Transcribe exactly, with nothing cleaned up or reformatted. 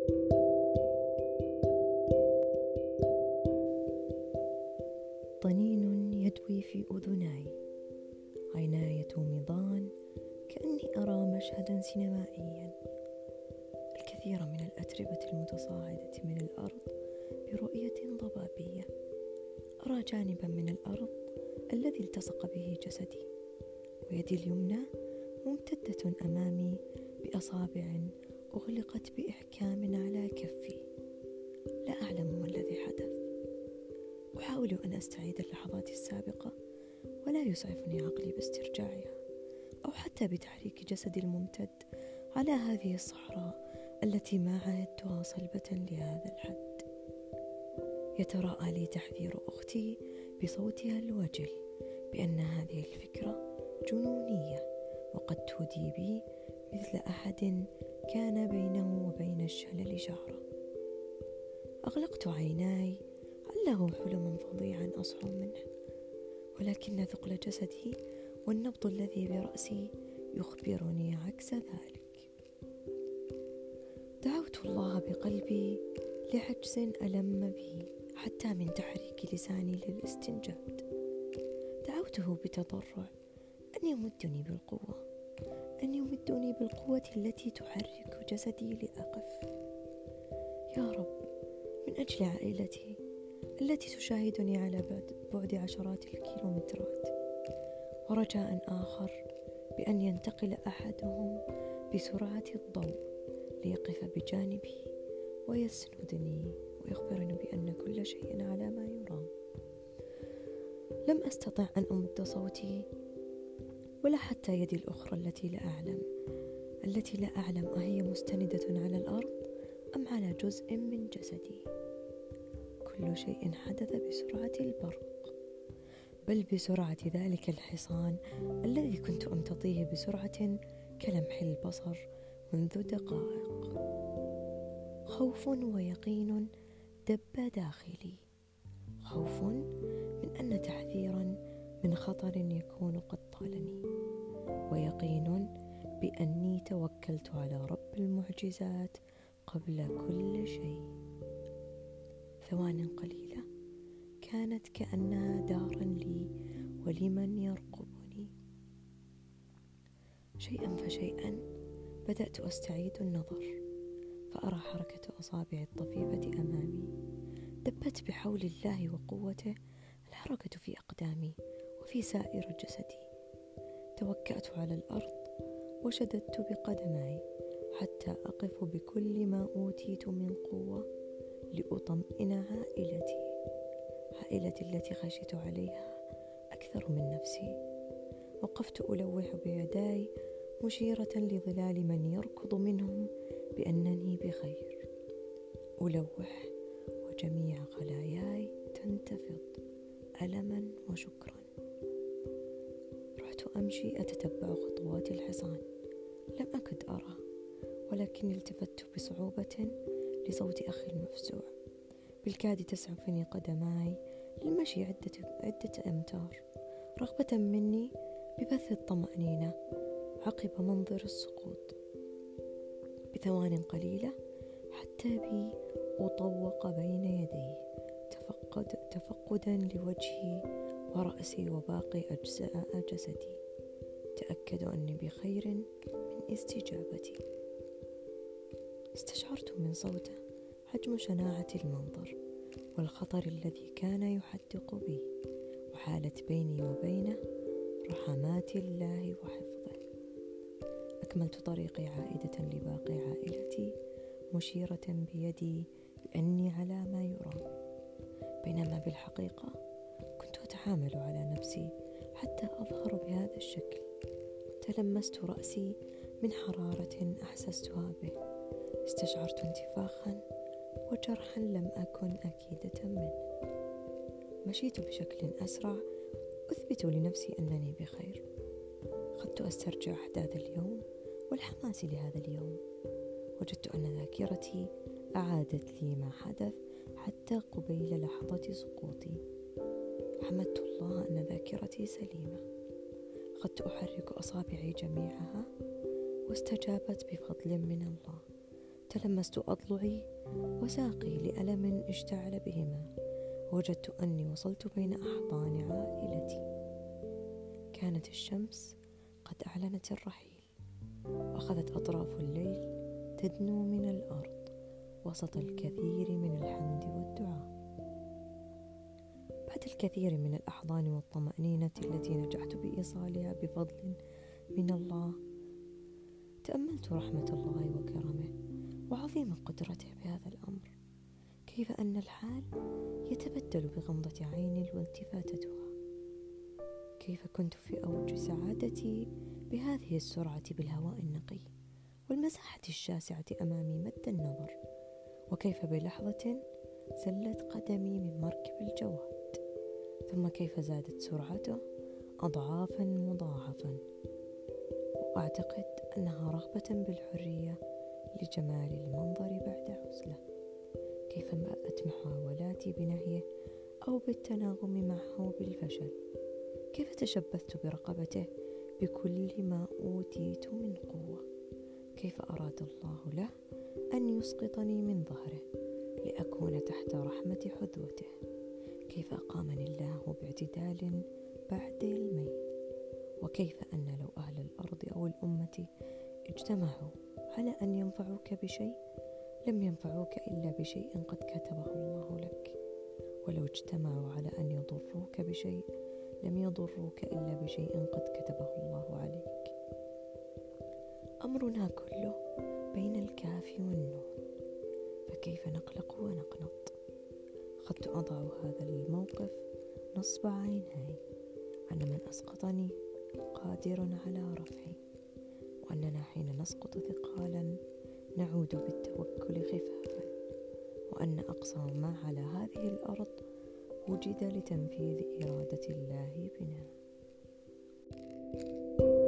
طنين يدوي في أذناي، عيناي تومضان كأني أرى مشهدا سينمائيا. الكثير من الأتربة المتصاعدة من الأرض برؤية ضبابية. أرى جانبا من الأرض الذي التصق به جسدي، ويدي اليمنى ممتدة أمامي بأصابع أغلقت بإحكام على كفي. لا أعلم ما الذي حدث. أحاول أن أستعيد اللحظات السابقة، ولا يسعفني عقلي باسترجاعها أو حتى بتحريك جسدي الممتد على هذه الصحراء التي ما عهدتها صلبة لهذا الحد. يتراءى لي تحذير أختي بصوتها الوجل بأن هذه الفكرة جنونية، وقد تهدي بي مثل أحد كان بينه وبين الشلل شعرة. أغلقت عيناي، عله حلم فظيعا أصحو منه، ولكن ثقل جسدي والنبض الذي برأسي يخبرني عكس ذلك. دعوت الله بقلبي لعجز ألم بي حتى من تحريك لساني للاستنجاد. دعوته بتضرع أن يمدني بالقوة، أن يمدني بالقوة التي تحرك جسدي لأقف. يا رب، من أجل عائلتي التي تشاهدني على بعد عشرات الكيلومترات. ورجاء آخر بأن ينتقل أحدهم بسرعة الضوء ليقف بجانبي ويسندني ويخبرني بأن كل شيء على ما يرام. لم أستطع أن أمد صوتي ولا حتى يدي الأخرى التي لا أعلم التي لا أعلم أهي مستندة على الأرض أم على جزء من جسدي. كل شيء حدث بسرعة البرق، بل بسرعة ذلك الحصان الذي كنت أمتطيه بسرعة كلمح البصر منذ دقائق. خوف ويقين دب داخلي، خوف من أن تحذيرا من خطر يكون قد طالني، ويقين بأني توكلت على رب المعجزات قبل كل شيء. ثوان قليلة كانت كأنها دارا لي ولمن يرقبني. شيئا فشيئا بدأت أستعيد النظر، فأرى حركة أصابع الطفيفة أمامي. دبت بحول الله وقوته الحركة في أقدامي وفي سائر جسدي. توكأت على الأرض وشددت بقدماي حتى أقف بكل ما أوتيت من قوة لأطمئن عائلتي، عائلتي التي خشيت عليها أكثر من نفسي. وقفت ألوح بيداي مشيرة لظلال من يركض منهم بأنني بخير. ألوح وجميع خلاياي تنتفض ألما وشكرا. رحت أمشي أتتبع خطوات الحصان، لم أكد أرى، ولكن التفت بصعوبة لصوت أخي المفزوع. بالكاد تسعفني قدماي للمشي عدة, عدة أمتار، رغبة مني ببث الطمأنينة عقب منظر السقوط. بثوان قليلة حتى بي أطوق بين يديه، تفقد تفقدا لوجهي ورأسي وباقي أجزاء جسدي. تأكدوا أني بخير من استجابتي. استشعرت من صوته حجم شناعة المنظر والخطر الذي كان يحدق بي، وحالت بيني وبينه رحمات الله وحفظه. أكملت طريقي عائدة لباقي عائلتي، مشيرة بيدي بأني على ما يرام، بينما بالحقيقة كنت أتحامل على نفسي حتى أظهر بهذا الشكل. تلمست رأسي من حرارة أحسستها به، استشعرت انتفاخا وجرحا لم أكن أكيدة منه. مشيت بشكل أسرع أثبت لنفسي أنني بخير. أخذت أسترجع أحداث اليوم والحماس لهذا اليوم. وجدت أن ذاكرتي أعادت لي ما حدث حتى قبيل لحظة سقوطي. حمدت الله أن ذاكرتي سليمة. أخذت أحرك أصابعي جميعها واستجابت بفضل من الله. تلمست أضلعي وساقي لألم اشتعل بهما، وجدت أني وصلت بين أحضان عائلتي. كانت الشمس قد أعلنت الرحيل، وأخذت أطراف الليل تدنو من الأرض وسط الكثير من الحمد والدعاء. بعد الكثير من الأحضان والطمأنينة التي نجحت بإيصالها بفضل من الله، تأملت رحمة الله وكرمه وعظيم قدرته بهذا الأمر، كيف أن الحال يتبدل بغمضة عين والتفاتتها. كيف كنت في أوج سعادتي بهذه السرعة بالهواء النقي والمساحة الشاسعة أمامي مد النظر، وكيف بلحظة زلت قدمي من مركب الجواد، ثم كيف زادت سرعته أضعافا مضاعفا. وأعتقد أنها رغبة بالحرية لجمال المنظر بعد عزلة. كيف مأت محاولاتي بنهيه أو بالتناغم معه بالفشل. كيف تشبثت برقبته بكل ما أوتيت من قوة. كيف أراد الله له أن يسقطني من ظهره لأكون تحت رحمة حذوته. كيف أقامني الله باعتدال بعد الميل. وكيف أن لو أهل الأرض أو الأمة اجتمعوا على أن ينفعوك بشيء لم ينفعوك إلا بشيء قد كتبه الله لك، ولو اجتمعوا على أن يضروك بشيء لم يضروك إلا بشيء قد كتبه الله عليك. أمرنا كله بين الكاف والنون، فكيف نقلق ونقنط. أخذت أضع هذا الموقف نصب عيني أن من أسقطني قادر على رفعي، وأننا حين نسقط ثقالا نعود بالتوكل خفافا، وأن أقصى ما على هذه الأرض وجد لتنفيذ إرادة الله بنا.